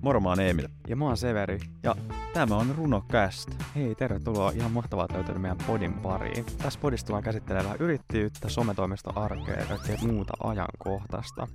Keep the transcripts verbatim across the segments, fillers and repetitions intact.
Moro, mä oon Emil. Ja mä oon Severi. Ja tämä on RunoCast. Hei, tervetuloa. Ihan mahtavaa löytyä meidän podin pariin. Tässä podissa tullaan käsittelemään yrittäjyyttä, sometoimisto-arkea ja kaikkea muuta ajankohtaista.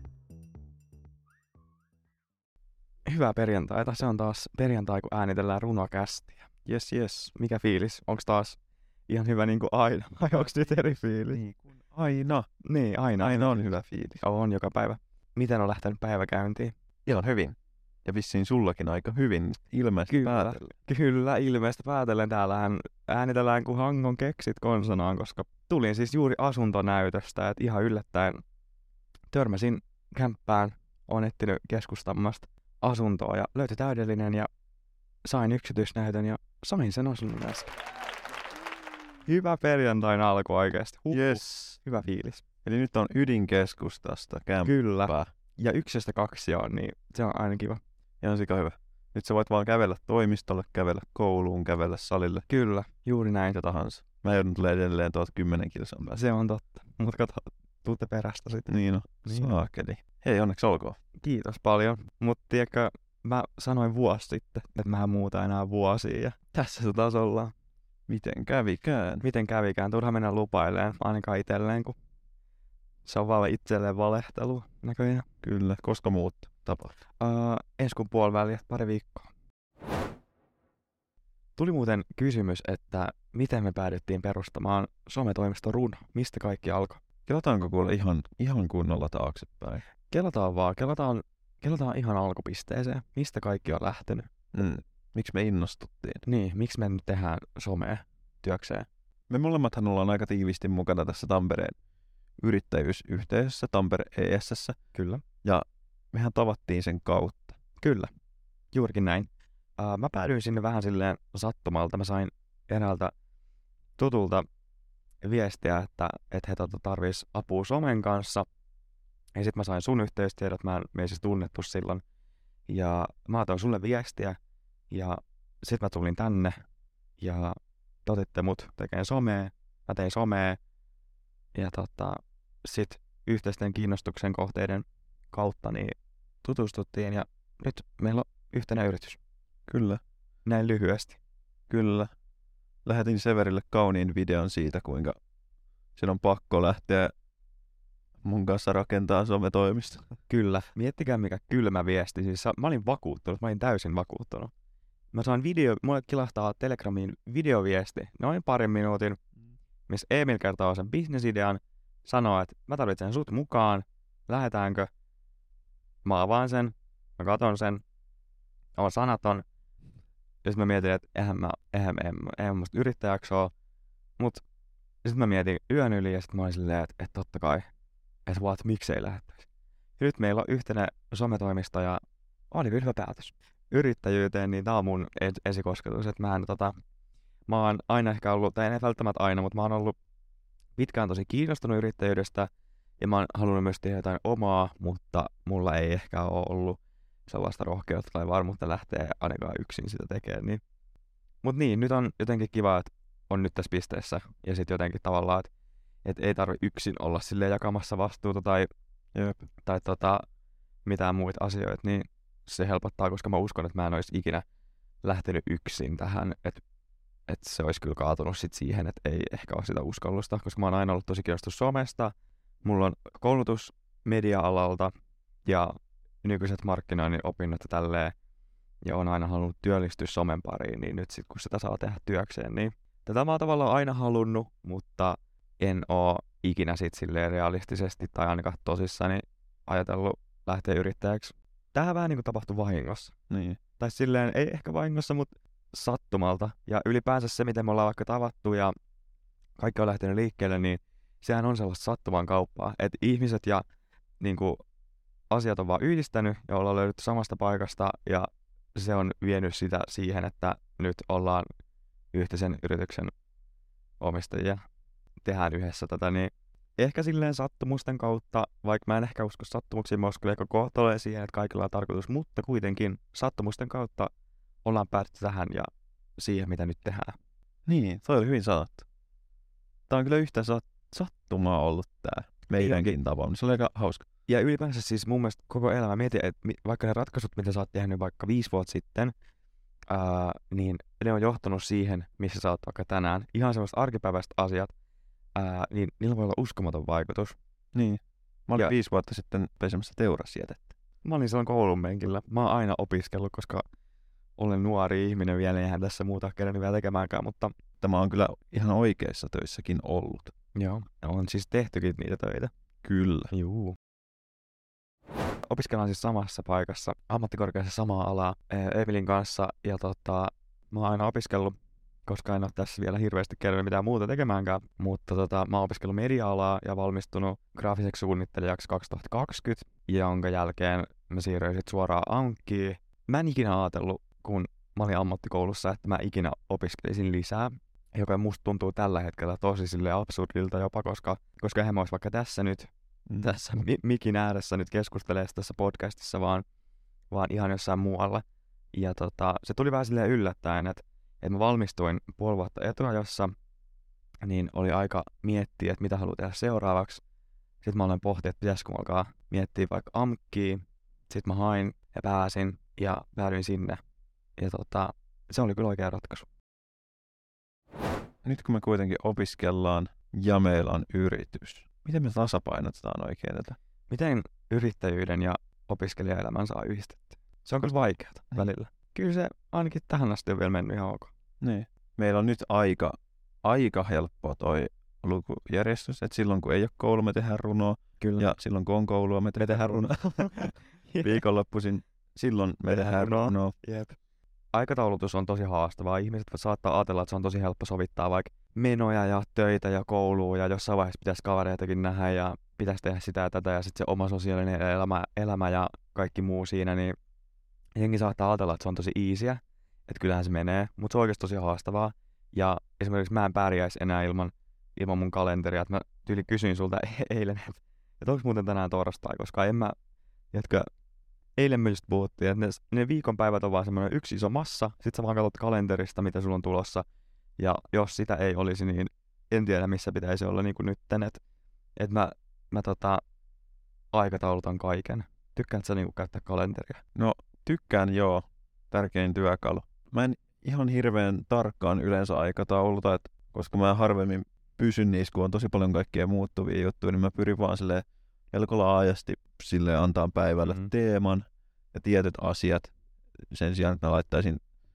Hyvää perjantaita. Se on taas perjantai, kun äänitellään RunoCastia. Yes, yes. Mikä fiilis? Onks taas ihan hyvä niin kuin aina? Vai onks nyt eri fiilis? Niin kuin aina. Niin, aina. Aina on hyvä fiilis. On joka päivä. Miten on lähtenyt päivä käyntiin? Ihan hyvin. Ja vissiin sullakin aika hyvin ilmeisesti Kyllä. päätellen. Kyllä, ilmeistä päätellen. Täällähän äänitellään kuin Hangon keksit konsanaan, koska tulin siis juuri asuntonäytöstä, että ihan yllättäen törmäsin kämppään, olen etsinyt keskustamasta asuntoa ja löytyi täydellinen ja sain yksityisnäytön ja sain sen asunnon äsken. Hyvä perjantain alku oikeesti. Huhhuh. Yes. Hyvä fiilis. Eli nyt on ydinkeskustasta kämppää. Kyllä. Ja yksestä kaksi on, niin se on aina kiva. Ihan sika hyvä. Nyt sä voit vaan kävellä toimistolle, kävellä kouluun, kävellä salille. Kyllä, juuri näin. Mitä tahansa. Mä joudun tulee edelleen tuolta kymmenen kilsan päästä. Se on totta. Mutta kato, tuutte perästä sitten. Niin on. Niin. Saakeli. Hei, onneksi olkoon. Kiitos paljon. Mutta tiedätkö, mä sanoin vuosi sitten, että mä en muuta enää vuosia ja tässä se taas ollaan. Miten kävikään? Miten kävikään? Turha mennä lupailemaan, ainakaan itselleen, kun se on vaan itselleen valehtelu näköjään. Kyllä. Koska muut tapahtuu? Uh, ensi kuun puoliväliä, pari viikkoa. Tuli muuten kysymys, että miten me päädyttiin perustamaan sometoimisto Runo? Mistä kaikki alkoi? Kelataanko kuule ihan, ihan kunnolla taaksepäin? Kelataan vaan, kelataan, kelataan ihan alkupisteeseen. Mistä kaikki on lähtenyt? Mm. Miksi me innostuttiin? Niin, miksi me nyt tehdään somea työkseen? Me molemmathan ollaan aika tiivisti mukana tässä Tampereen yrittäjyysyhteisössä, Tampere E S:ssä. Kyllä. Ja mehän tavattiin sen kautta. Kyllä, juurikin näin. Uh, mä päädyin sinne vähän silleen sattumalta. Mä sain eräältä tutulta viestiä, että, että he tota, tarvis apua somen kanssa. Ja sit mä sain sun yhteystiedot, mä en, me ei siis tunnettu silloin. Ja mä otoin sulle viestiä. Ja sit mä tulin tänne. Ja te otitte mut tekemään somea. Mä tein somea. Ja tota, sit yhteisten kiinnostuksen kohteiden kautta niin tutustuttiin. Ja nyt meillä on yhtenä yritys. Kyllä. Näin lyhyesti. Kyllä. Lähetin Severille kauniin videon siitä, kuinka sen on pakko lähteä mun kanssa rakentaa sometoimista. Kyllä. Miettikää mikä kylmä viesti. Siis mä olin vakuuttunut. Mä olin täysin vakuuttunut. Mä sain video, mulle kilahtaa Telegramiin videoviesti noin parin minuutin, missä Emil kertoo sen bisnesidean, sanoo, että mä tarvitsen sut mukaan, lähetäänkö? Mä avaan sen, mä katon sen, oon sanaton, ja sit mä mietin, että eihän mä, eihän, eihän, eihän musta yrittäjäksi oo, mut sit mä mietin yön yli, ja sit mä olin silleen, että, että totta kai, että what, miksei lähettäisi. Ja nyt meillä on yhtenä sometoimisto, ja oli hyvä päätös. Yrittäjyyteen, niin tää on mun esikosketus, että mä en tota, mä oon aina ehkä ollut, tai en välttämättä aina, mutta mä oon ollut pitkään tosi kiinnostunut yrittäjyydestä, ja mä oon halunnut myös tehdä jotain omaa, mutta mulla ei ehkä ole ollut sellaista rohkeutta tai varmuutta lähteä ainakaan yksin sitä tekemään. Niin. Mut niin, nyt on jotenkin kiva, että on nyt tässä pisteessä, ja sit jotenkin tavallaan, että et ei tarvi yksin olla silleen jakamassa vastuuta tai, Jep. tai tota, mitään muita asioita, niin se helpottaa, koska mä uskon, että mä en olisi ikinä lähtenyt yksin tähän, että et se olisi kyllä kaatunut sit siihen, että ei ehkä ole sitä uskallusta, koska mä oon aina ollut tosi kiinnostunut somesta. Mulla on koulutus media-alalta ja nykyiset markkinoinnin opinnot ja tälleen, ja on aina halunnut työllistyä somen pariin, niin nyt sit kun sitä saa tehdä työkseen, niin tätä mä oon tavallaan aina halunnut, mutta en oo ikinä sit silleen realistisesti tai ainakaan tosissani ajatellut lähteä yrittäjäksi. Tämähän vähän niin kuin tapahtui vahingossa. Niin. Tai silleen, ei ehkä vahingossa, mutta sattumalta. Ja ylipäänsä se, miten me ollaan vaikka tavattu ja kaikki on lähtenyt liikkeelle, niin sehän on sellaista sattuman kauppaa. Että ihmiset ja niin kuin, asiat on vaan yhdistänyt ja ollaan löydetty samasta paikasta ja se on vienyt sitä siihen, että nyt ollaan yhteisen yrityksen omistajia. Tehdään yhdessä tätä, niin ehkä silleen sattumusten kautta, vaikka mä en ehkä usko sattumuksiin, mä uskon ehkä kohtaleen siihen, että kaikilla on tarkoitus, mutta kuitenkin sattumusten kautta ollaan päästy tähän ja siihen, mitä nyt tehdään. Niin, toi oli hyvin sanottu. Tää on kyllä yhtä sat- sattumaa ollut tää meidänkin tapaaminen. Se oli aika hauska. Ja ylipäänsä siis mun mielestä koko elämä mietin, että vaikka ne ratkaisut, mitä sä oot tehnyt vaikka viisi vuotta sitten, ää, niin ne on johtanut siihen, missä sä oot vaikka tänään. Ihan semmoiset arkipäiväiset asiat, ää, niin niillä voi olla uskomaton vaikutus. Niin. Mä olin Ja- viisi vuotta sitten pesemässä teurasjätettä. Mä olin silloin koulun penkillä. Mä oon aina opiskellut, koska olen nuori ihminen vielä, eihän tässä muuta kerennyt vielä tekemäänkään, mutta Tämä on kyllä ihan oikeissa töissäkin ollut. joo, on siis tehtykin niitä töitä. Kyllä. Juu. Opiskellaan siis samassa paikassa, ammattikorkeassa samaa alaa eh, Evelin kanssa, ja tota, mä oon aina opiskellut, koska en ole tässä vielä hirveästi kerännyt mitään muuta tekemäänkään, mutta tota, mä oon opiskellut media-alaa ja valmistunut graafiseksi suunnittelijaksi kaksituhattakaksikymmentä, jonka jälkeen mä siirryin sit suoraan Ankkiin. Mä en ikinä ajatellut, kun mä olin ammattikoulussa, että mä ikinä opiskelisin lisää, joka musta tuntuu tällä hetkellä tosi sille absurdilta jopa, koska, koska eihän mä ois vaikka tässä nyt Mm. tässä mi- mikin ääressä nyt keskustelee tässä podcastissa, vaan, vaan ihan jossain muualla. Ja tota, se tuli vähän silleen yllättäen, että, että mä valmistuin puoli vuotta etuajossa, niin oli aika miettiä, että mitä haluaa tehdä seuraavaksi. Sitten mä aloin pohtia, että pitäisikö mä alkaa miettiä vaikka AMKia. Sitten mä hain ja pääsin ja päädyin sinne. Ja tota, se oli kyllä oikea ratkaisu. Nyt kun me kuitenkin opiskellaan ja meillä on yritys, miten me tasapainotetaan oikein tätä? Miten yrittäjyyden ja opiskelijaelämän saa yhdistetty? Se on kyllä vaikeaa välillä. Kyllä se ainakin tähän asti on vielä mennyt ihan ok. Niin. Meillä on nyt aika, aika helppoa toi lukujärjestys, että silloin kun ei ole koulu, me tehdään runoa, Kyllä. ja silloin kun on koulua, me tehdään, tehdään runoa. Viikonloppuisin, silloin me Tehdään tehdään runoa. runoa. Jep. Aikataulutus on tosi haastavaa. Ihmiset saattaa ajatella, että se on tosi helppo sovittaa vaikka menoja ja töitä ja koulua ja jossain vaiheessa pitäisi kavereitakin nähdä ja pitäisi tehdä sitä ja tätä ja sitten se oma sosiaalinen elämä, elämä ja kaikki muu siinä, niin jengi saattaa ajatella, että se on tosi easyä, että kyllähän se menee, mutta se on oikeasti tosi haastavaa. Ja esimerkiksi mä en pärjäisi enää ilman, ilman mun kalenteria, että mä tyyli kysyin sulta eilen, että, että onko muuten tänään torstai, koska en mä, jätkä, eilen me just puhuttiin, että ne, ne viikonpäivät on vaan semmoinen yksi iso massa, sit sä vaan katsot kalenterista, mitä sulla on tulossa, ja jos sitä ei olisi, niin en tiedä missä pitäisi olla niin kuin nytten, että et mä, mä tota, aikataulutan kaiken. Tykkäät sä niinku käyttää kalenteria? No, tykkään joo, tärkein työkalu. Mä en ihan hirveän tarkkaan yleensä aikatauluta, että koska mä harvemmin pysyn niissä, kun on tosi paljon kaikkia muuttuvia juttuja, niin mä pyrin vaan silleen melko laajasti silleen antaa päivälle Mhm. teeman ja tietyt asiat sen sijaan, että mä laittaisin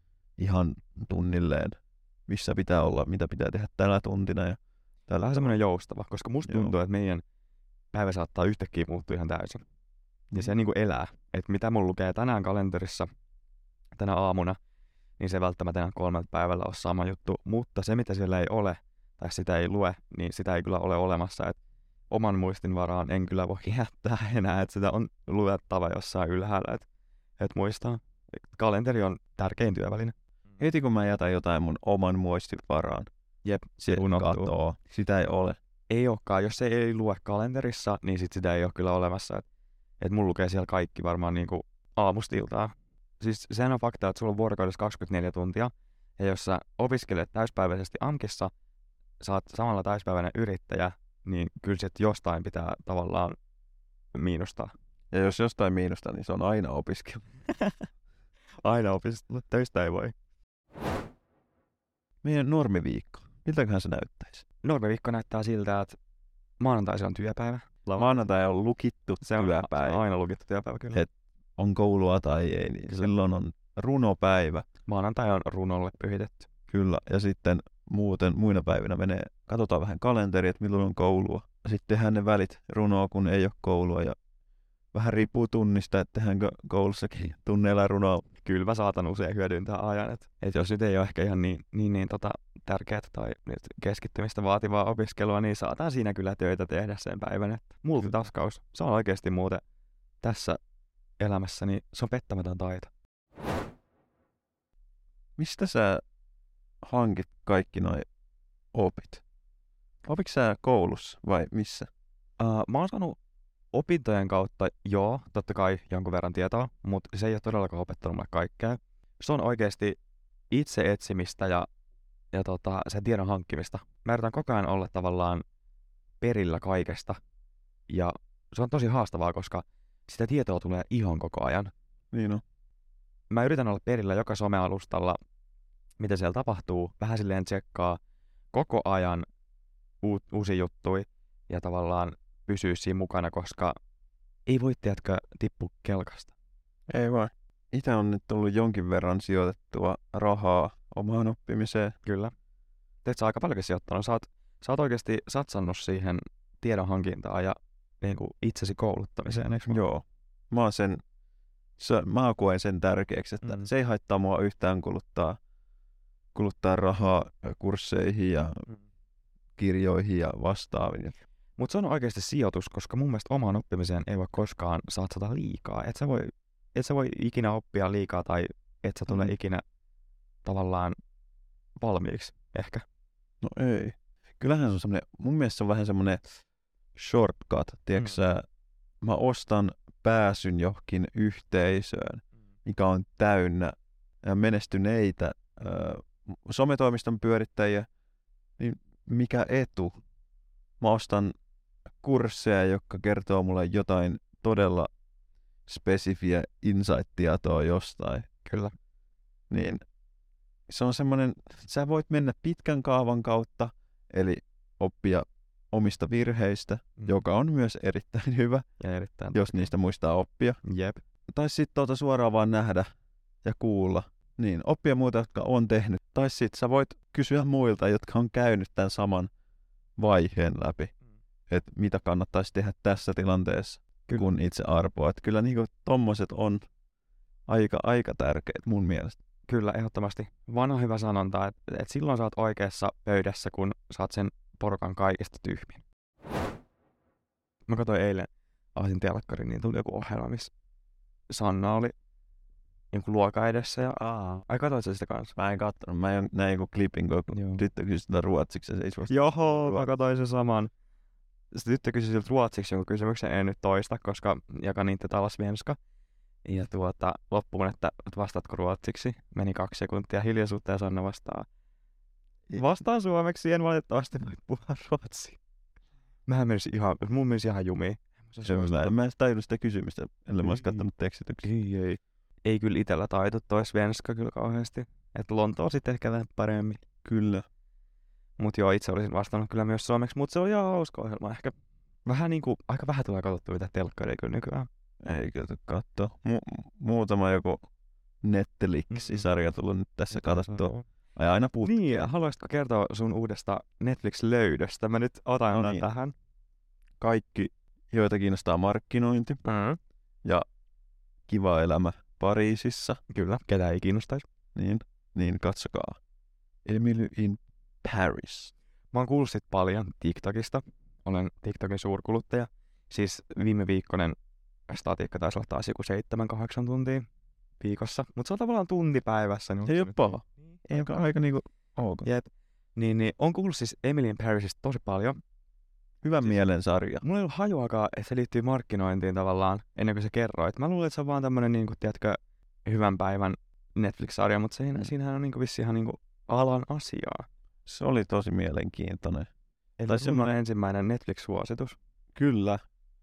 ihan tunnilleen, missä pitää olla, mitä pitää tehdä tällä tuntina ja tällä. Vähän semmoinen joustava, koska musta Joo. tuntuu, että meidän päivä saattaa yhtäkkiä muuttua ihan täysin. Ja Mm. se niinku elää. Että mitä mun lukee tänään kalenterissa, tänä aamuna, niin se välttämättä enää kolmelta päivällä ole sama juttu. Mutta se, mitä siellä ei ole, tai sitä ei lue, niin sitä ei kyllä ole olemassa. Et oman muistin varaan en kyllä voi jättää enää, että sitä on luettava jossain ylhäällä, että et muistaa. Kalenteri on tärkein työväline. Heti kun mä jätän jotain mun oman muistin varaan, Jep, se unohtuu. katoo. Sitä ei ole. Ei olekaan. Jos se ei lue kalenterissa, niin sit sitä ei ole kyllä olemassa. Et, et mulla lukee siellä kaikki varmaan niinku aamusta iltaan. Siis sehän on fakta, että sulla on vuorokaudessa kaksikymmentäneljä tuntia. Ja jos sä opiskelet täyspäiväisesti AMKissa, sä oot samalla täyspäiväinen yrittäjä, niin kyllä sit jostain pitää tavallaan miinustaa. Ja jos jostain miinusta, niin se on aina opiskelu. Aina opiskella. Töistä ei voi. Meidän normiviikko. Miltäköhän se näyttäisi? Normiviikko näyttää siltä, että maanantai se on työpäivä. Maanantai on lukittu Se on, se työpäivä. on aina lukittu työpäivä kyllä. Et- On koulua tai ei, niin Kyllä. silloin on runopäivä. Maanantai on runolle pyhitetty. Kyllä. Ja sitten muuten muina päivinä menee, katsotaan vähän kalenteria, että milloin on koulua. Sitten tehdään ne välit runoa, kun ei ole koulua. Ja vähän riippuu tunnista, että tehdäänkö koulussakin tunneilla runoa. Kyllä mä saatan usein hyödyntää ajan, että et jos nyt ei ole ehkä ihan niin, niin, niin tota, tärkeää tai nyt keskittymistä vaativaa opiskelua, niin saatan siinä kyllä töitä tehdä sen päivän. Että multitaskaus, se on oikeasti muuten tässä elämässä, niin se on pettämätön taito. Mistä sä hankit kaikki noi opit? Opitko sä koulussa vai missä? Uh, mä oon saanut opintojen kautta, joo, totta kai jonkun verran tietoa, mutta se ei ole todellakaan opettanut mulle kaikkea. Se on oikeasti itse etsimistä ja, ja tota, sen tiedon hankkimista. Mä yritän koko ajan olla tavallaan perillä kaikesta ja se on tosi haastavaa, koska sitä tietoa tulee ihan koko ajan. Niin on. Mä yritän olla perillä joka somealustalla, mitä siellä tapahtuu. Vähän silleen tsekkaa koko ajan u- uusia juttuja ja tavallaan pysyä siinä mukana, koska ei voi, tiedätkö, tippua kelkasta. Ei vaan. Itse on nyt tullut jonkin verran sijoitettua rahaa omaan oppimiseen. Kyllä. Teet sä aika paljonkin sijoittanut. Sä oot, sä oot oikeasti satsannut siihen tiedonhankintaan ja niin kuin itsesi kouluttamiseen, eikö? Joo. Mä oon sen, se, mä koen sen tärkeäksi, että Mm. se ei haittaa mua yhtään kuluttaa, kuluttaa rahaa kursseihin ja Mm. kirjoihin ja vastaaviin. Mutta se on oikeasti sijoitus, koska mun mielestä omaan oppimiseen ei voi koskaan satsata liikaa. Et sä voi, et sä voi ikinä oppia liikaa tai et sä tule Mm. ikinä tavallaan valmiiksi, ehkä. No ei. Kyllähän se on semmoinen, mun mielestä se on vähän semmoinen shortcut, tiedätkö Mm. sä, mä ostan pääsyn johonkin yhteisöön, mikä on täynnä äh, menestyneitä äh, sometoimiston pyörittäjiä, niin mikä etu? Mä ostan kursseja, jotka kertoo mulle jotain todella spesifiä insight-tietoa jostain. Kyllä. Niin se on semmoinen, sä voit mennä pitkän kaavan kautta, eli oppia omista virheistä, Mm. joka on myös erittäin hyvä, Ja erittäin. jos niistä muistaa oppia. Jep. Tai sitten tuota suoraan vaan nähdä ja kuulla. Niin, oppia muita, jotka on tehnyt. Tai sitten sä voit kysyä muilta, jotka on käynyt tämän saman vaiheen läpi. Että mitä kannattaisi tehdä tässä tilanteessa, Kyllä. kun itse arpoa. Että kyllä niinku tommoset on aika, aika tärkeät mun mielestä. Kyllä, ehdottomasti. Vanha hyvä sanonta, että et silloin sä oot oikeassa pöydässä, kun sä oot sen porukan kaikista tyhmin. Mä katsoin eilen Aasin telkkarin, niin tuli joku ohjelma, missä Sanna oli jonkun luokan edessä. Ja... Aa. Ai katsoit sä sitä kanssa? Mä en kattonut. Mä en, näin joku klipin, kun Joo. tyttö kysyi sitä ruotsiksi ja se ei suostu. Joo, mä katsoin sen saman. Sitten tyttö kysyi siltä ruotsiksi jonkun kysymyksen, en nyt toista, koska jakan niitä talas svenska. Ja tuota, loppuun, että vastaatko ruotsiksi? Meni kaksi sekuntia hiljaisuutta ja Sanna vastaa. Vastaan suomeksi, en valitettavasti voi puhua ruotsia. Mähän menisin ihan, mun menisi ihan jumiin. Se on mä, mä en edes tajunnut sitä kysymystä, ellei mä olisi Ei. kattonut tekstityksiä. Ei, ei. Ei kyllä itellä taitu toi svenska kyllä kauheasti. Että Lontoo sitten ehkä vähän paremmin. Kyllä. Mut joo, itse olisin vastannut kyllä myös suomeksi, mut se on ihan hauska ohjelma ehkä. Vähän niinku, aika vähän tulee katsottua mitä telkkaria kyllä nykyään. Ei kyllä katsoa. Mu- muutama joku Netflix-sarja tullut nyt tässä katsottua. Ai aina puuttuu. Niin, haluaisitko kertoa sun uudesta Netflix-löydöstä? Mä nyt otan No no niin. tähän. Kaikki, joita kiinnostaa markkinointi Mm. ja kiva elämä Pariisissa, Kyllä, ketä ei kiinnostaisi. niin, niin katsokaa. Emily in Paris. Mä oon kuullut sit paljon TikTokista. Olen TikTokin suurkuluttaja. Siis viime viikkoinen statiikka taisi olla taas joku seitsemän kahdeksan tuntia viikossa. Mutta se on tavallaan tunti päivässä. Niin Se ei onko ole se nyt- paha. Niin, Ei aika- ole aika niinku ok. Jep. Niin, niin on kuullut siis Emily in Parisista tosi paljon. Hyvän Siis- mielen sarja. Mulla ei ollut hajuakaan, että se liittyy markkinointiin tavallaan, ennen kuin se kerroit. Mä luulen, että se on vaan tämmönen, niin kuin, tiedätkö, hyvän päivän Netflix-sarja, mutta siinä, Mm. siinähän on niin kuin, vissiin ihan niin kuin, alan asiaa. Se oli tosi mielenkiintoinen. Eli Tai sulla on semmoinen- ensimmäinen Netflix-suositus. Kyllä.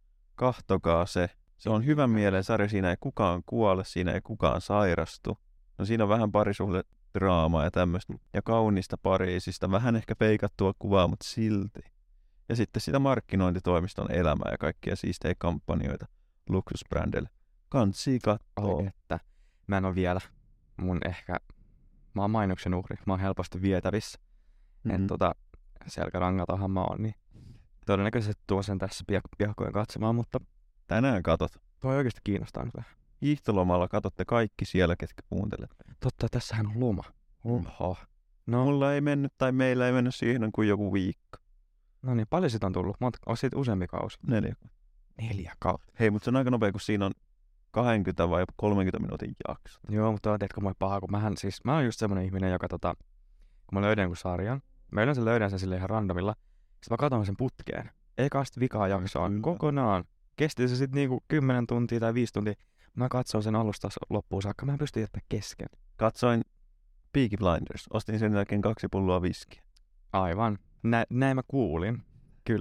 Kahtokaa se. Se on hyvän mielen sarja. Siinä ei kukaan kuole, siinä ei kukaan sairastu. No siinä on vähän parisuhdedraamaa ja tämmöistä. Ja kaunista Pariisista. Vähän ehkä peikattua kuvaa, mutta silti. Ja sitten sitä markkinointitoimiston elämää ja kaikkia siistejä kampanjoita luksusbrändeille. Kantsii kattoo. Ai että. Mä en oo vielä mun ehkä... Mä oon mainoksen uhri. Mä oon helposti vietävissä. Mm-hmm. Mhm. Et tota, selkärangatahan mä oon, niin todennäköisesti tuon sen tässä piak- piakkojen katsomaan, mutta Tänään katot. toi oikeasti kiinnostaa nyt vähän. Hiihtolomalla katotte kaikki siellä, ketkä kuuntelet. Totta, tässähän on loma. Oho. No, Mulla ei mennyt tai meillä ei mennyt siihen kuin joku viikko. no niin, paljon sit on tullut? Monta, on siitä useampi kausi? Neljä. Neljä kautta. Hei, mutta se on aika nopea, kun siinä on kaksikymmentä vai jopa kolmekymmentä minuutin jakso. Joo, mutta tiedätkö mulle paha, kun mähän siis, mä oon just semmonen ihminen, joka tota, kun mä löydän jonkun sarjan, mä yleensä löydän sen sille ihan randomilla, sit mä katson sen putkeen. Ekasta vikaa jaksoon Kyllä. kokonaan. Kesti se sit niinku kymmenen tuntia tai viisi tuntia. Mä katson sen alusta loppuun saakka, mä en pysty jättämään kesken. Katsoin Peaky Blinders. Ostin sen jälkeen kaksi pulloa viskiä. Aivan. Nä, näin mä kuulin. Kyllä.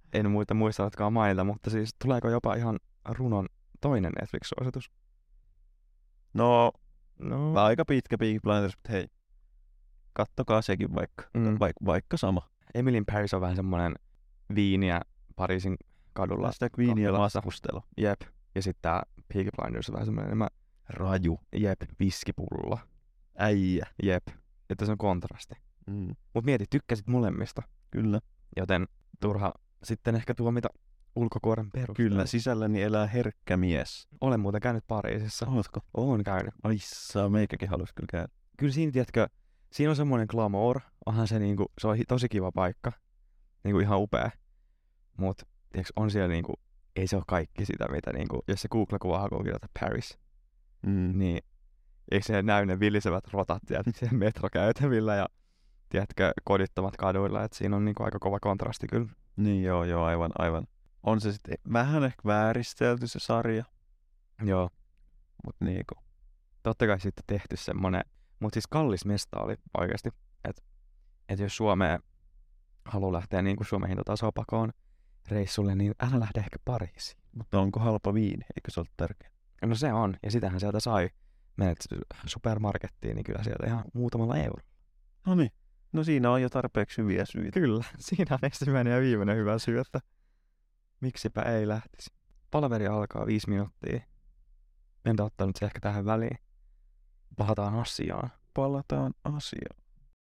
en muita muistatkaan mainita, mutta siis tuleeko jopa ihan runon toinen Netflix-suositus? No, No, aika pitkä Peaky Blinders, mutta hei, kattokaa sekin vaikka, Mm. Vaik, vaikka sama. Emily in Paris on vähän semmonen viiniä Pariisin kadulla. Sitä Queenia kahvilassa. matkustelu. Jep. Ja sitten tää Peaky Blinders on vähän semmonen enemmän, Raju. jep, viskipullo. Äijä. Jep. Että se on kontrasti. Mm. Mut mieti, tykkäsit molemmista. Kyllä. Joten turha sitten ehkä tuomita ulkokuoren perusteella. Kyllä, sisälläni elää herkkä mies. Olen muuten käynyt Pariisissa. Oletko? Oon käynyt. Ai saa, meikäkin halus kyllä käydä. Kyllä siinä, tiedätkö, siinä on semmoinen glamour. Onhan se niinku, se on hi- tosi kiva paikka. Niinku ihan upea. Mut, tiedätkö, on siellä niinku, ei se ole kaikki sitä, mitä niinku, jos se Google-kuva hakuu kirjoita Paris, Mm. niin eikö se näy ne villisevät rotat tiedätkö, siellä metrokäytävillä ja tiedätkö, kodittomat kaduilla, että siinä on niinku aika kova kontrasti kyllä. Niin joo, joo, aivan, aivan. On se sitten vähän ehkä vääristelty se sarja, Joo. mutta niinku. Totta kai sitten tehty semmonen, mut siis kallis mesta oli oikeesti, että et jos Suomeen haluaa lähteä niinku Suomen hintatasoa pakoon reissulle, niin älä lähde ehkä Pariisiin. Mutta onko halpa viini? Eikö se ole tärkeä? No se on, ja sitähän sieltä sai. Menet supermarkettiin, niin kyllä sieltä ihan muutamalla eurolla. No niin. No siinä on jo tarpeeksi hyviä syitä. Kyllä, siinä on ensimmäinen ja viimeinen hyvä syy, että miksipä ei lähtisi. Palaveri alkaa viisi minuuttia. Entä ottanut se ehkä tähän väliin. Palataan asiaan. Palataan asiaan.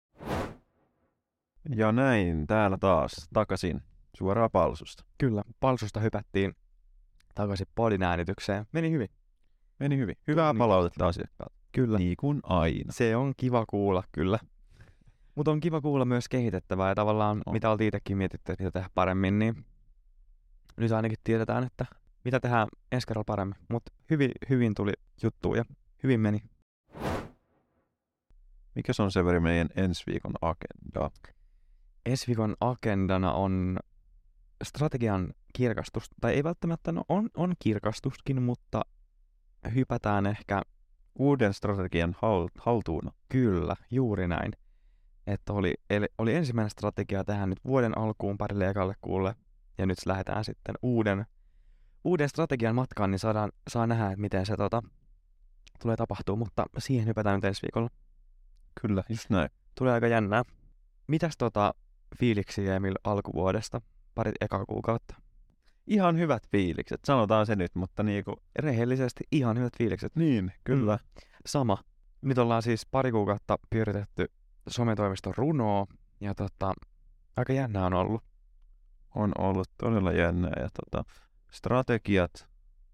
Ja näin, täällä taas takaisin suoraan palsusta. Kyllä, palsusta hypättiin takaisin podin äänitykseen. Meni hyvin. Meni hyvin. Hyvää Niin. palautetta asiakkaalta. Kyllä. Niin kuin aina. Se on kiva kuulla, kyllä. Mutta on kiva kuulla myös kehitettävää ja tavallaan On. mitä oltiin itsekin mietitty, että mitä tehdä paremmin, niin nyt ainakin tiedetään, että mitä tehdään ensi kerralla paremmin. Mutta hyvin, hyvin tuli juttuja ja hyvin meni. Mikä se on Severi meidän ensi viikon agenda? Ensi viikon agendana on strategian kirkastus, tai ei välttämättä, no on, on kirkastuskin, mutta hypätään ehkä Uuden strategian hal- haltuuna. kyllä, juuri näin. Että oli, eli oli ensimmäinen strategia tähän nyt vuoden alkuun parille ekalle kuulle, ja nyt lähdetään sitten uuden, uuden strategian matkaan, niin saadaan, saa nähdä, että miten se tota, tulee tapahtuu, mutta siihen hypätään nyt ensi viikolla. Kyllä, just näin. Tulee aika jännää. Mitäs tota fiiliksiä Emil alkuvuodesta? Parit ekaa kuukautta. Ihan hyvät fiilikset, sanotaan se nyt, mutta niinku... Rehellisesti ihan hyvät fiilikset. Niin, kyllä. Mm. Sama. Nyt ollaan siis pari kuukautta pyöritetty sometoimiston runoa, ja tota, aika jännää on ollut. On ollut todella jännää ja tota, strategiat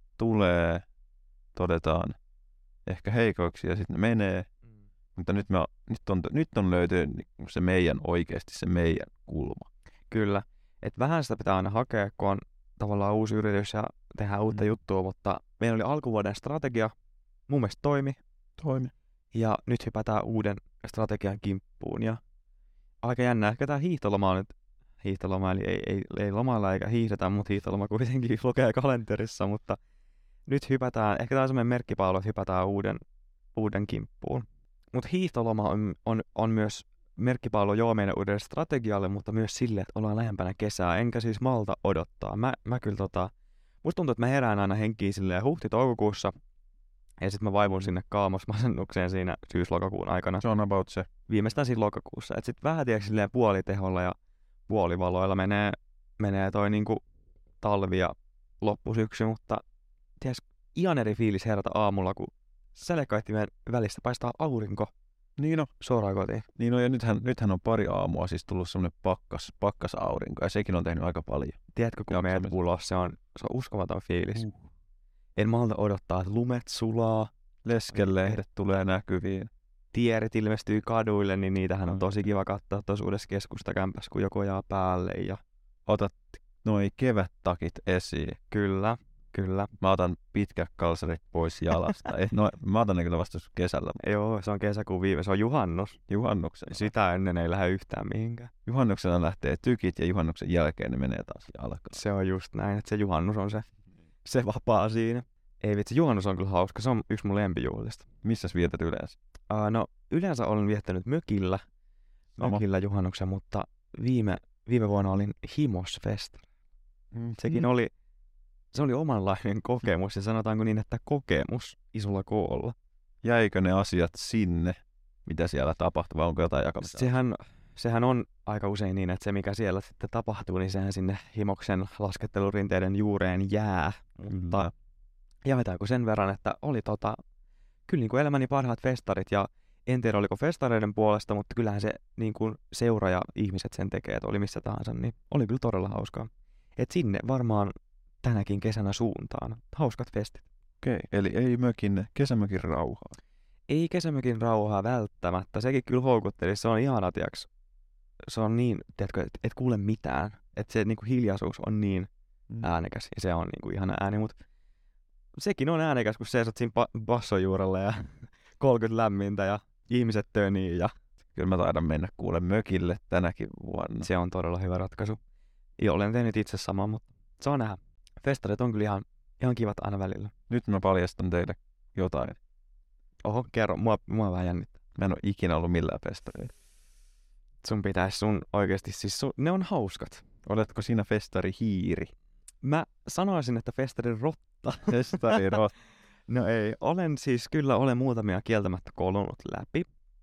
tulee, todetaan, ehkä heikoiksi ja sitten ne menee. Mutta nyt, me, nyt, on, nyt on löytynyt se meidän oikeasti se meidän kulma. Kyllä. Et vähän sitä pitää aina hakea, kun on tavallaan uusi yritys ja tehdään uutta Mm. juttua, mutta meillä oli alkuvuoden strategia, mun mielestä toimi, Toimi. ja nyt hypätään uuden strategian kimppuun. Ja aika jännää, ehkä tämä hiihtoloma on nyt, hiihtoloma, eli ei, ei, ei lomalla eikä hiihdetä, mutta hiihtoloma kuitenkin lukee kalenterissa, mutta nyt hypätään, ehkä tämä on semmoinen merkkipaalu, että hypätään uuden, uuden kimppuun. Mutta hiihtoloma on, on, on myös merkkipaalu joo meidän uudelle strategialle, mutta myös sille, että ollaan lähempänä kesää, enkä siis malta odottaa. Mä, mä kyllä tota, musta tuntuu, että mä herään aina henkiin silleen huhti-toukokuussa, ja sitten mä vaivun sinne kaamosmasennukseen siinä syys-lokakuun aikana. Se on about se. Viimeistään siinä lokakuussa. Et sit vähän tiedätkö silleen puoliteholla ja puolivaloilla menee, menee toi niinku talvi ja loppusyksy, mutta tiedätkö, ihan eri fiilis herätä aamulla, kun sälekaihtimen välistä paistaa aurinko Niin on. suoraan kotiin. Niin on, ja nythän, nythän on pari aamua siis tullut semmoinen pakkas, pakkasaurinko, ja sekin on tehnyt aika paljon. Tiedätkö, kun menet Jaksamista. ulos, se on, se on uskomaton fiilis. Uh. En malta odottaa, että lumet sulaa, Leskelehdet tulee näkyviin. tierit ilmestyy kaduille, niin niitähän on Mm. tosi kiva katsoa tuossa uudessa keskustakämpässä, kun joku ajaa päälle. Ja Otat noi kevättakit esiin. kyllä, kyllä. Mä otan pitkät kalsarit pois jalasta. Eh, no, mä otan ne kyllä vasta kesällä. Joo, se on kesäkuun viime, se on juhannus. Juhannuksena. Sitä ennen ei lähde yhtään mihinkään. Juhannuksena lähtee tykit ja juhannuksen jälkeen ne menee taas jalkaan. Se on just näin, että se juhannus on se, se vapaa siinä. Ei vitsi, juhannus on kyllä hauska, se on yksi mun lempijuhlista. Missäs vietät yleensä? Uh, no, yleensä olen viettänyt mökillä, Sama. mökillä juhannuksen, mutta viime, viime vuonna olin Himosfest. Mm. Sekin oli, se oli omanlainen kokemus, ja sanotaanko niin, että kokemus isolla koolla. Jäikö ne asiat sinne, mitä siellä tapahtui, vai onko jotain jakamista? Sehän, sehän on aika usein niin, että se mikä siellä sitten tapahtuu, niin sehän sinne himoksen laskettelurinteiden juureen jää. Mutta Mm. jaetaanko sen verran, että oli tota, kyllä niin kuin elämäni parhaat festarit, ja en tiedä oliko festareiden puolesta, mutta kyllähän se niin kuin seura ja ihmiset sen tekee, että oli missä tahansa, niin oli kyllä todella hauskaa. Et sinne varmaan tänäkin kesänä suuntaan. Hauskat festit. Okei, eli ei mökin, kesämökin rauhaa. Ei kesämökin rauhaa välttämättä. Sekin kyllä houkutteli. Se on ihana, tiiäks. Se on niin, tiedätkö, et, et kuule mitään. Että se niinku hiljaisuus on niin Mm. äänekäs. Ja se on niinku ihana ääni, mutta sekin on äänekäs, kun seisot siinä ba- bassojuurella ja kolmekymmentä lämmintä ja ihmiset tönii. Ja Kyllä mä taidan mennä kuule mökille tänäkin vuonna. se on todella hyvä ratkaisu. Ja olen tehnyt itse samaa, mutta saa nähdä. Festarit on kyllä ihan, ihan kivat aina välillä. Nyt mä paljastan teille jotain. Oho, kerro. Mua, mua vähän jännittää. Mä en ole ikinä ollut millään festareilla. Sun pitäisi sun oikeesti, siis sun, ne on hauskat. Oletko sinä festari hiiri? Mä sanoisin, että festarin rotta. Festari rot. No ei, olen siis kyllä olen muutamia kieltämättä kolunut läpi.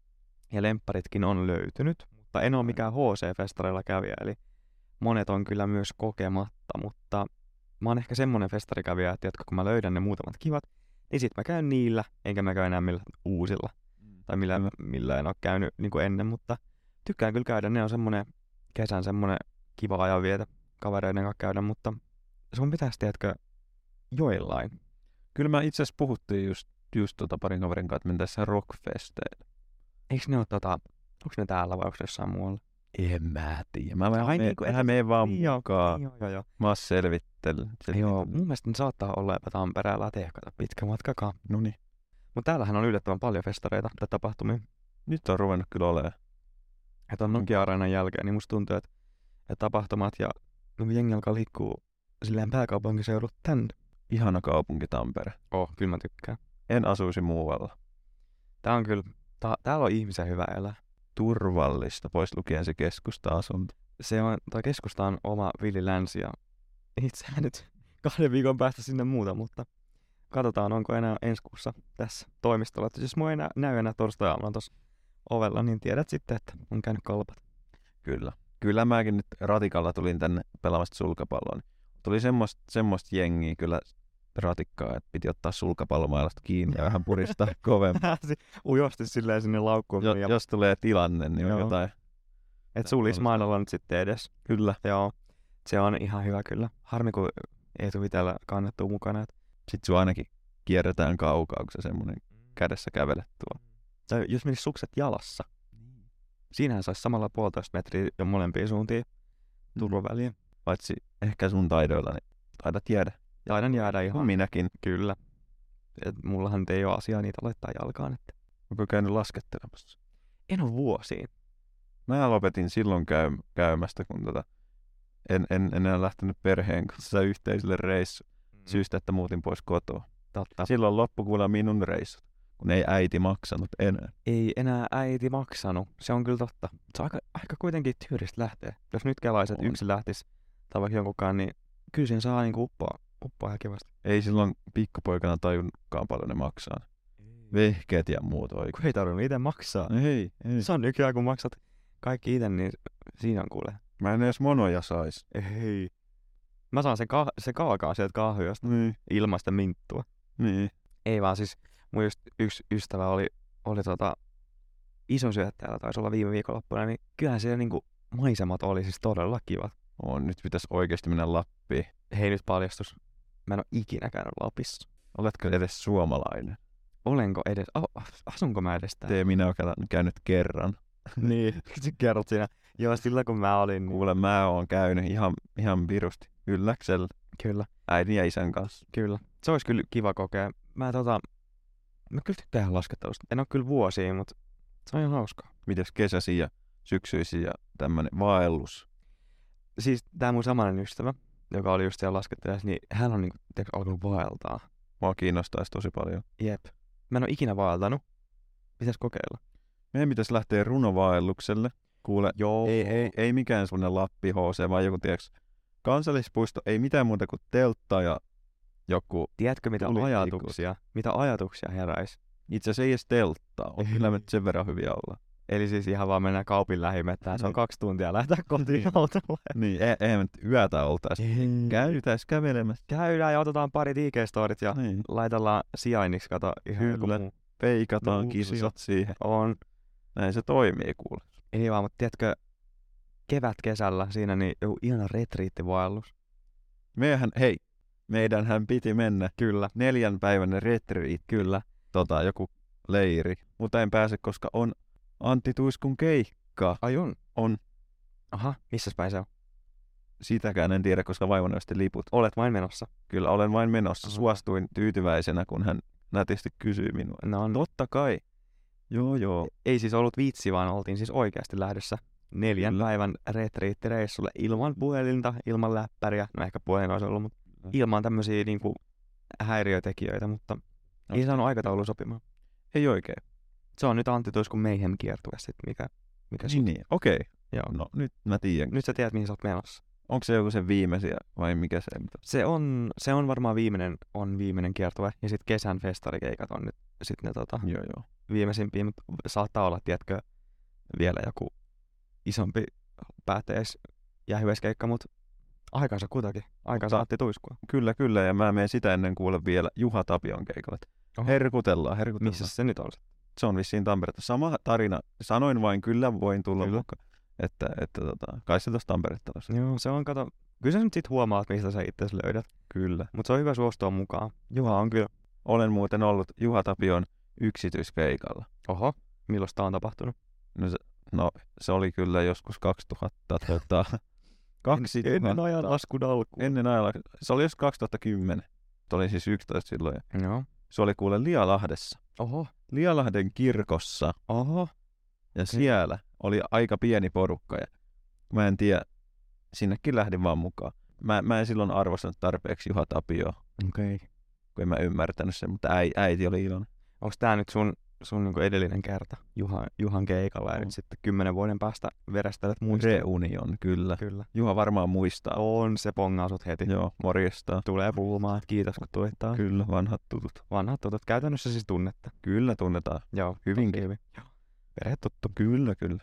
Ja lempparitkin on löytynyt, mutta en ole mikään H C-festareilla kävijä, eli monet on kyllä myös kokematta, mutta mä oon ehkä semmonen festarikävijä, että jotka kun mä löydän ne muutamat kivat, niin sit mä käyn niillä, enkä mä käy enää millä uusilla. Tai millä, millä en ole käynyt niin kuin ennen, mutta tykkään kyllä käydä. Ne on semmonen kesän semmonen kiva ajanvietä kavereiden kanssa käydä, mutta sun pitäisi, tiedätkö, joillain. Kyllä mä itse asiassa puhuttiin just, just tota parin kaverin kanssa, että mentäisiin rockfesteille. Eikö ne ole tota, onko ne täällä vai onko ne jossain muualla? En mä tiedä. Mä, mä, Ai me, niin kuin, mä et- menen vaan Niin joo, mukaan. Joo, joo, joo. Mä oon selvittely. Joo, mun mielestä ne saattaa olla jopa Tampereella, et ehkä pitkä matkakaan. Noniin. Mutta täällähän on yllättävän paljon festareita tai tapahtumia. Nyt on ruvennut kyllä olemaan. Että on Nokia-areenan jälkeen, niin musta tuntuu, että, että tapahtumat ja no, jengi alkaa liikkuu silleen pääkaupunkiseudut tänne. Ihana kaupunki Tampere. Oh, kyllä mä tykkään. En asuisi muualla. Tää on kyllä, ta, täällä on ihmisen hyvä elää. Turvallista, pois lukien se keskusta-asunto. Se on, toi keskusta on oma villi länsi ja itsehän nyt kahden viikon päästä sinne muuta, mutta katsotaan onko enää ensi kuussa tässä toimistolla. Että jos mua ei nä- näy enää torstai-aamuna tuossa ovella, niin tiedät sitten, että on käynyt kalpat. Kyllä. Kyllä mäkin nyt ratikalla tulin tänne pelaamasta sulkapalloa. Tuli semmoista, semmoista jengiä kyllä ratikkaa, että piti ottaa sulkapallomailasta kiinni ja vähän puristaa kovemmin. Pääsi ujosti silleen sinne laukkuun. Jo, ja jos tulee tilanne, niin on Joo. jotain. et sulis mainolla nyt sitten edes. Kyllä. Joo, se on ihan hyvä kyllä. Harmi, kun ei tule itsellä kannettua mukana. Et Sitten sua ainakin kierretään kaukaa, kun sä semmoinen kädessä kävelet tuolla. tai jos menis sukset jalassa, siinähän saisi samalla puolitoista metriä jo molempiin suuntiin turvaväliin. Paitsi ehkä sun taidoilla, niin taidat jäädä. Ja aina jäädä ihan. Minäkin. Kyllä. Et mullahan nyt ei ole asiaa niitä laittaa jalkaan. Että Onko käynyt laskettelemassa? en ole vuosiin. Mä lopetin silloin käy, käymästä, kun tota, en, en enää lähtenyt perheen kanssa yhteiselle reissu syystä, että muutin pois kotoa. Totta. Silloin loppu kuulla minun reissut, kun ei äiti maksanut enää. Ei enää äiti maksanut. Se on kyllä totta. Se on aika, aika kuitenkin tyyristä lähteä. Jos nyt kelaiset On. yksin lähtis tai vaikka jonkunkaan, niin kyllä siinä saa niinku uppoa, uppoa ihan kivasti. Ei silloin pikkupoikana tajunnutkaan paljon ne maksaa. Vehkeet ja muut oikein. Kun ei tarvinnut itse maksaa. Ei, ei. Se on nykyään, kun maksat kaikki itse, niin siinä on kuule. Mä en edes monoja sais. Ei. Mä saan sen, ka- se kaakaa sieltä kahviosta Niin, ilmaista minttua. niin. Ei vaan siis, mun just yksi ystävä oli, oli tota, ison syöttäjällä taisi olla viime viikonloppuna, niin kyllähän siellä niinku maisemat oli siis todella kivat. On, nyt pitäisi oikeasti mennä Lappiin. Hei nyt paljastus. Mä en ole ikinä käynyt Lapissa. Oletko edes suomalainen? Olenko edes, oh, asunko mä edes täällä? Tee, minä olen käynyt kerran. Niin, sä kerrot siinä. Joo, sillä kun mä olin. Niin... Kuule, mä oon käynyt ihan, ihan virusti. Ylläksellä. Kyllä, Äidin ja isän kanssa. kyllä. Se olisi kyllä kiva kokea. Mä tota, mä kyllä tykkään laskettelusta. En ole kyllä vuosiin, mutta se on ihan hauskaa. Mites kesäsi ja syksyisi ja tämmönen vaellus? Siis tää mun samainen ystävä, joka oli just siellä laskettelussa, niin hän on niinku, tiedätkö, alkanut vaeltaa. Mua kiinnostaisi tosi paljon. Jep. Mä en ole ikinä vaeltanut. Pitäis kokeilla. Meidän pitäisi lähteä runovaellukselle. Kuule, Joo. ei, ei, ei mikään semmonen Lappi H C, vaan joku tiiäks, Kansallispuisto ei mitään muuta kuin teltta ja joku... Tiedätkö mitä Tuli ajatuksia, mitä ajatuksia heräisi? Itse asiassa ei edes telttaa. On kyllä me sen verran hyviä olla. Eli siis ihan vaan mennään kaupin lähimettään, se on Niin. kaksi tuntia lähteä kotiin autolla. Niin, e- eihän me nyt yötä oltaisi. Käytäis kävelemässä. Käydään ja otetaan pari I G-storit ja Niin. laitellaan sijainniksi, kato ihan joku Kyllä. muu. Peikataan No, kilsat siihen. On. Näin se toimii kuule. Ei vaan, mutta tiedätkö, kevät kesällä siinä niin joku ihana retriittivaellus. Meidän, hei, meidänhän piti mennä Kyllä. neljän päivän retriit, Kyllä. tota, joku leiri. Mutta en pääse, koska on Antti Tuiskun keikka. Ai on? On. Aha, missäs päin se on? Sitäkään en tiedä, koska vaivana sitten liput. Olet vain menossa. Kyllä olen vain menossa. Aha. Suostuin tyytyväisenä, kun hän nätisti kysyi minua. No, no. Totta kai. Joo, joo. Ei siis ollut vitsi, vaan oltiin siis oikeasti lähdössä neljän Kyllä. päivän retriittireissulle ilman puhelinta, ilman läppäriä. No ehkä puhelin olisi ollut, mutta ilman tämmöisiä niinku häiriötekijöitä, mutta No. ei saanut aikataulu sopimaan. Ei oikein. Se on nyt Antti Tuiskun Mayhem kiertue sit, mikä, mikä Niin, niin. Okei. Joo. No nyt mä tiedän. Nyt sä tiedät, mihin sä oot menossa. Onko se joku sen viimeisiä vai mikä se? Mitä? Se on, se on varmaan viimeinen, on viimeinen kiertue, ja sitten kesän festarikeikat on nyt sit ne tota, Joo, joo. viimeisimpiä, mutta saattaa olla, tiedätkö, vielä joku isompi päätteis jähyeskeikka, mutta aikansa kutakin. Aikansa Mutta- Antti Tuiskua. Kyllä, kyllä. Ja mä menen sitä ennen kuulla vielä Juha Tapion keikalle. Oho. Herkutellaan, herkutellaan. Missä se nyt on? Se on vissiin Tampereelta. Sama tarina. Sanoin vain, kyllä voin tulla Kyllä. mukaan. Että, että tota, kai se tuossa Tampereelta on. Joo, se on, kato, kyllä sä nyt sit huomaat, mistä sä itse löydät. Kyllä. Mutta se on hyvä suostua mukaan. Juha on kyllä. Olen muuten ollut Juha Tapion yksityiskeikalla. Oho, milloin tää on tapahtunut? No se, no, se oli kyllä joskus kaksituhatta. Tota, kaksituhatta Ennen ajan laskun alkuun. Ennen ajalla. Se oli joskus kaksituhattakymmenen. Se oli siis yksitoista silloin. Joo. Se oli kuule Lialahdessa. Oho, Lialahden kirkossa. oho. Ja okay. siellä oli aika pieni porukka. Ja mä en tiedä, sinnekin lähdin vaan mukaan. Mä, mä en silloin arvostanut tarpeeksi Juha Tapioa, Okei. Okay. kun en mä ymmärtänyt sen, mutta äi, äiti oli iloinen. Onko tää nyt sun, sun niinku edellinen kerta Juha, Juhan keikalla ja On. nyt sitten kymmenen vuoden päästä verestelet muista? Reunion, kyllä. Kyllä. Juha varmaan muistaa. On, se pongaa sut heti. Joo, morjestaan. Tulee puhumaan. Kiitos kun tulit taas. Kyllä, vanhat tutut. Vanhat tutut. Käytännössä siis tunnetta. Kyllä tunnetaan. Joo. Hyvinkin. tosi hyvin. Joo. Perhe tuttu. Kyllä, kyllä.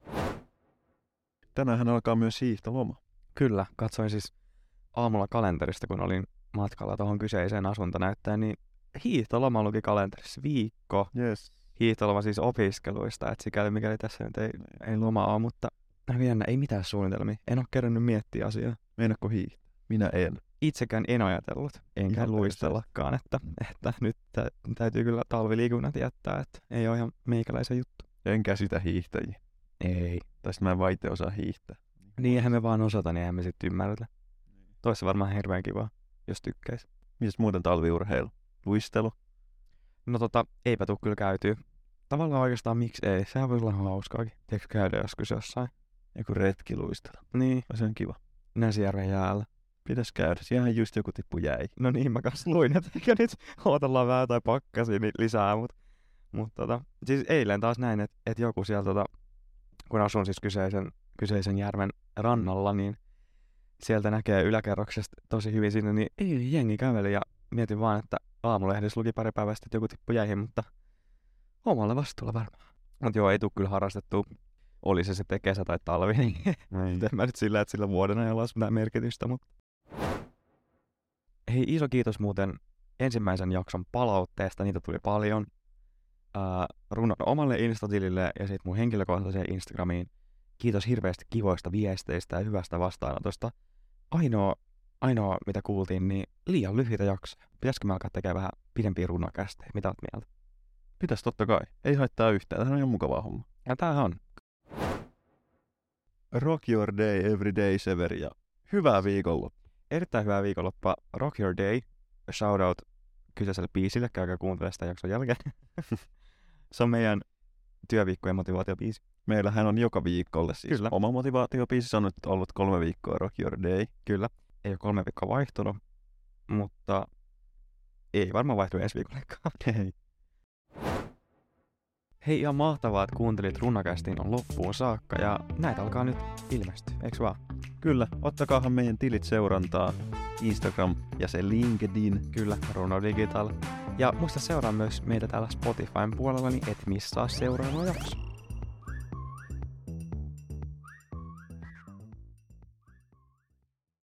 Tänäänhän alkaa myös hiihtoloma. Kyllä. Katsoin siis aamulla kalenterista, kun olin matkalla tuohon kyseiseen asuntonäyttöön, niin hiihtoloma luki kalenterissa viikko. Yes. Hiihtoloma siis opiskeluista, että sikäli mikäli tässä nyt ei, ei lomaa ole, mutta vielä ei mitään suunnitelmia. En ole kerännyt miettiä asiaa. Meinaatko hiihtää? Minä en. Itsekään en ajatellut, enkä Ihan luistellakaan, että, että nyt tä, täytyy kyllä talviliikunnat jättää, että ei ole ihan meikäläisen juttu. En käsitä hiihtäjiä. Ei. Tai sitten mä en vaite osaa hiihtää. Niin eihän me vaan osata, niin eihän me sitten ymmärretä. Toissa varmaan hirveän kivaa, jos tykkäis. Mitäs muuten talviurheilu? Luistelu? No tota, eipä tuu kyllä käytyy. Tavallaan oikeastaan miksi ei, sehän voisi olla hauskaakin. Tiedätkö käydä joskus jossain? Joku retkiluistelu. Niin, Se on kiva. Näsijärven jäällä. Pitäis käydä. Siellähän just joku tippu jäi. No niin, mä kanssa luin, että eikä nyt ootellaan vähän tai pakkasia niin lisää, mutta mut tota, siis eilen taas näin, että et joku siellä tota, kun asun siis kyseisen, kyseisen järven rannalla, niin sieltä näkee yläkerroksesta tosi hyvin sinne, niin ei jengi käveli ja mietin vaan, että aamulehdessä luki pari päivää sitten, että joku tippu jäihin, mutta omalla vastuulla varmaan. Mutta joo, ei tule kyllä harrastettua, oli se sitten kesä tai talvi, niin en mä nyt sillä, että sillä vuoden ajalla olisi mitään merkitystä, mutta hei, iso kiitos muuten ensimmäisen jakson palautteesta, niitä tuli paljon. Ää, runon omalle Insta-tilille ja sitten mun henkilökohtaiseen Instagramiin. Kiitos hirveästi kivoista viesteistä ja hyvästä vastaanotosta. Ainoa, ainoa mitä kuultiin, niin liian lyhyitä jaksoja. Pitäisikö me alkaa tekemään vähän pidempiä runokästejä? Mitä oot mieltä? Pitäis totta kai. Ei haittaa yhtään. Tämä on ihan mukavaa homma. Ja tämähän on. Rock your day every day, Severi. Ja hyvää viikonloppua. Erittäin hyvää viikonloppua. Rock your day. Shoutout kyseiselle biisille. Käykää kuuntelemaan sitä jakson jälkeen. Se on meidän työviikko- ja motivaatiobiisi. Meillähän on joka viikolle siis Kyllä. oma motivaatiobiisi. Se on nyt ollut kolme viikkoa Rock your day. Kyllä. Ei ole kolme viikkoa vaihtunut, mutta ei varmaan vaihtu ensi viikollekaan. Hei. Hei, ihan mahtavaa, että kuuntelit Runakästin on loppuun saakka ja näitä alkaa nyt ilmestyä, eiks vaan? Kyllä, ottakaahan meidän tilit seurantaa. Instagram ja se LinkedIn. Kyllä, Runo Digital. Ja muista seuraa myös meitä täällä Spotifyn puolella, niin et missaa seuraava jakso.